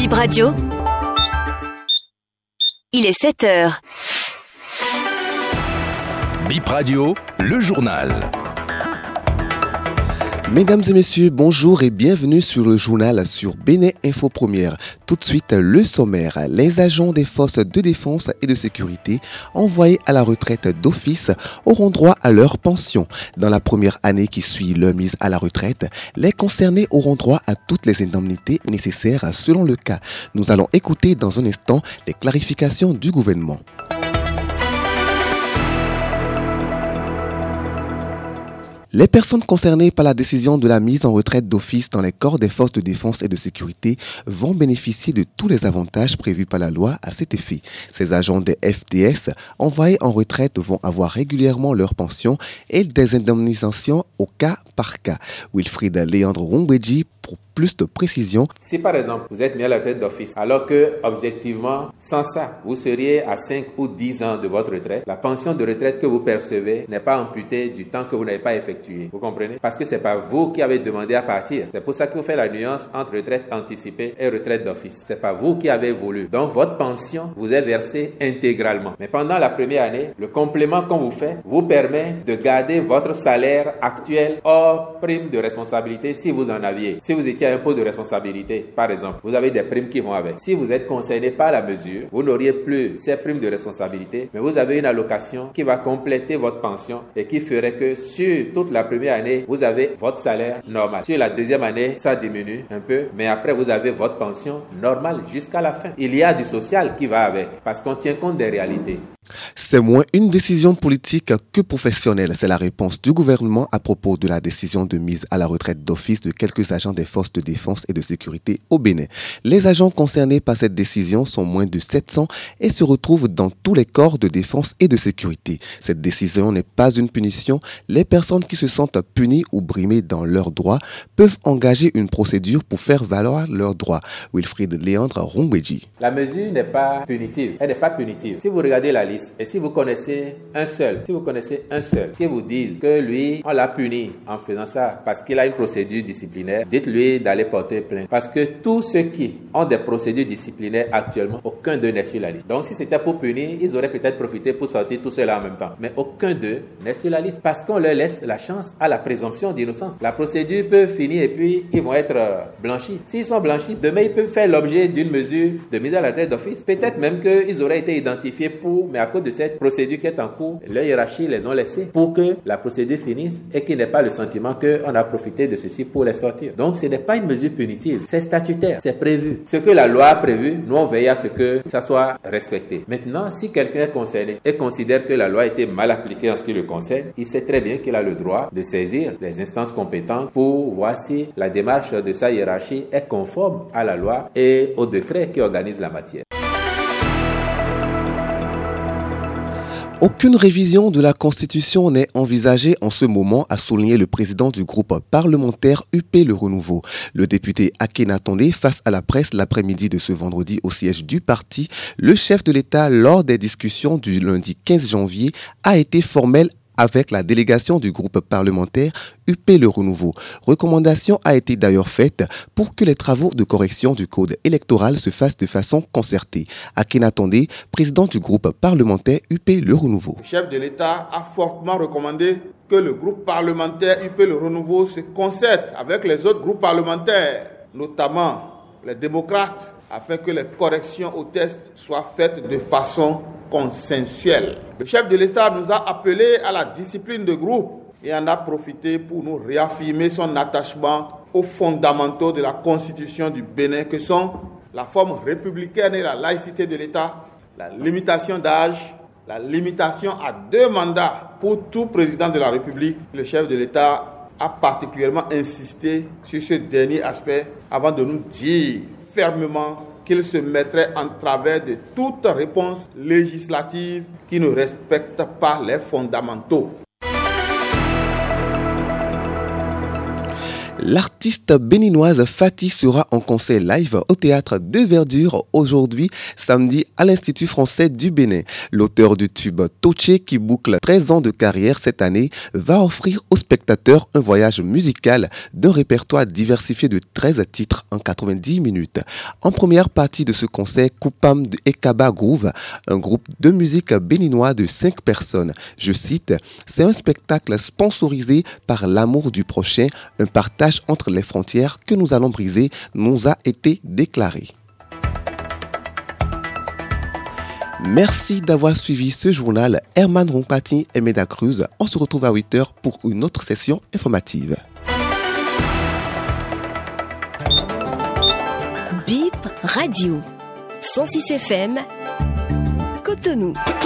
Bip Radio, il est 7h. Bip Radio, le journal. Mesdames et messieurs, bonjour et bienvenue sur le journal sur Bénin Info Première. Tout de suite, le sommaire. Les agents des forces de défense et de sécurité envoyés à la retraite d'office auront droit à leur pension. Dans la première année qui suit leur mise à la retraite, les concernés auront droit à toutes les indemnités nécessaires selon le cas. Nous allons écouter dans un instant les clarifications du gouvernement. Les personnes concernées par la décision de la mise en retraite d'office dans les corps des forces de défense et de sécurité vont bénéficier de tous les avantages prévus par la loi à cet effet. Ces agents des FDS envoyés en retraite vont avoir régulièrement leur pension et des indemnisations au cas par cas. Wilfried Léandre Rongweji pour plus de précision. Si par exemple vous êtes mis à la retraite d'office, alors que objectivement, sans ça, vous seriez à 5 ou 10 ans de votre retraite, la pension de retraite que vous percevez n'est pas amputée du temps que vous n'avez pas effectué. Vous comprenez? Parce que c'est pas vous qui avez demandé à partir. C'est pour ça que vous faites la nuance entre retraite anticipée et retraite d'office. C'est pas vous qui avez voulu. Donc votre pension vous est versée intégralement. Mais pendant la première année, le complément qu'on vous fait vous permet de garder votre salaire actuel hors prime de responsabilité si vous en aviez. Si vous étiez à un poste de responsabilité, par exemple, vous avez des primes qui vont avec. Si vous êtes concerné par la mesure, vous n'auriez plus ces primes de responsabilité, mais vous avez une allocation qui va compléter votre pension et qui ferait que sur toute la première année, vous avez votre salaire normal. Sur la deuxième année, ça diminue un peu, mais après, vous avez votre pension normale jusqu'à la fin. Il y a du social qui va avec, parce qu'on tient compte des réalités. C'est moins une décision politique que professionnelle. C'est la réponse du gouvernement à propos de la décision de mise à la retraite d'office de quelques agents des forces de défense et de sécurité au Bénin. Les agents concernés par cette décision sont moins de 700 et se retrouvent dans tous les corps de défense et de sécurité. Cette décision n'est pas une punition. Les personnes qui se sentent punies ou brimées dans leurs droits peuvent engager une procédure pour faire valoir leurs droits. Wilfried Léandre Rongweji. La mesure n'est pas punitive. Elle n'est pas punitive. Si vous regardez la liste, et si vous connaissez un seul qui vous dise que lui, on l'a puni en faisant ça parce qu'il a une procédure disciplinaire, dites-lui d'aller porter plainte. Parce que tous ceux qui ont des procédures disciplinaires actuellement, aucun d'eux n'est sur la liste. Donc si c'était pour punir, ils auraient peut-être profité pour sortir tout cela en même temps. Mais aucun d'eux n'est sur la liste parce qu'on leur laisse la chance à la présomption d'innocence. La procédure peut finir et puis ils vont être blanchis. S'ils sont blanchis, demain ils peuvent faire l'objet d'une mesure de mise à la retraite d'office. Peut-être même qu'ils auraient été identifiés mais à cause de cette procédure qui est en cours, leur hiérarchie les ont laissés pour que la procédure finisse et qu'il n'ait pas le sentiment qu'on a profité de ceci pour les sortir. Donc ce n'est pas une mesure punitive, c'est statutaire, c'est prévu. Ce que la loi a prévu, nous on veille à ce que ça soit respecté. Maintenant, si quelqu'un est concerné et considère que la loi a été mal appliquée en ce qui le concerne, il sait très bien qu'il a le droit de saisir les instances compétentes pour voir si la démarche de sa hiérarchie est conforme à la loi et au décret qui organise la matière. Aucune révision de la Constitution n'est envisagée en ce moment, a souligné le président du groupe parlementaire UP Le Renouveau. Le député Akhenatonde face à la presse l'après-midi de ce vendredi au siège du parti. Le chef de l'État, lors des discussions du lundi 15 janvier, a été formel avec la délégation du groupe parlementaire UP Le Renouveau. Recommandation a été d'ailleurs faite pour que les travaux de correction du code électoral se fassent de façon concertée. Akhenatonde, président du groupe parlementaire UP Le Renouveau. Le chef de l'État a fortement recommandé que le groupe parlementaire UP Le Renouveau se concerte avec les autres groupes parlementaires, notamment les démocrates, afin que les corrections au test soient faites de façon consensuelle. Le chef de l'État nous a appelés à la discipline de groupe et en a profité pour nous réaffirmer son attachement aux fondamentaux de la Constitution du Bénin que sont la forme républicaine et la laïcité de l'État, la limitation d'âge, la limitation à 2 mandats pour tout président de la République. Le chef de l'État a particulièrement insisté sur ce dernier aspect avant de nous dire fermement qu'il se mettrait en travers de toute réponse législative qui ne respecte pas les fondamentaux. L'artiste béninoise Fati sera en concert live au théâtre de Verdure aujourd'hui, samedi, à l'Institut français du Bénin. L'auteur du tube Toché, qui boucle 13 ans de carrière cette année, va offrir aux spectateurs un voyage musical d'un répertoire diversifié de 13 titres en 90 minutes. En première partie de ce concert, Koupam de Ekaba Groove, un groupe de musique béninois de 5 personnes. Je cite, « C'est un spectacle sponsorisé par l'amour du prochain, un partage entre les frontières que nous allons briser » nous a été déclaré. Merci d'avoir suivi ce journal. Herman Rompati et Meda Cruz. On se retrouve à 8h pour une autre session informative. BIP Radio 106 FM Cotonou.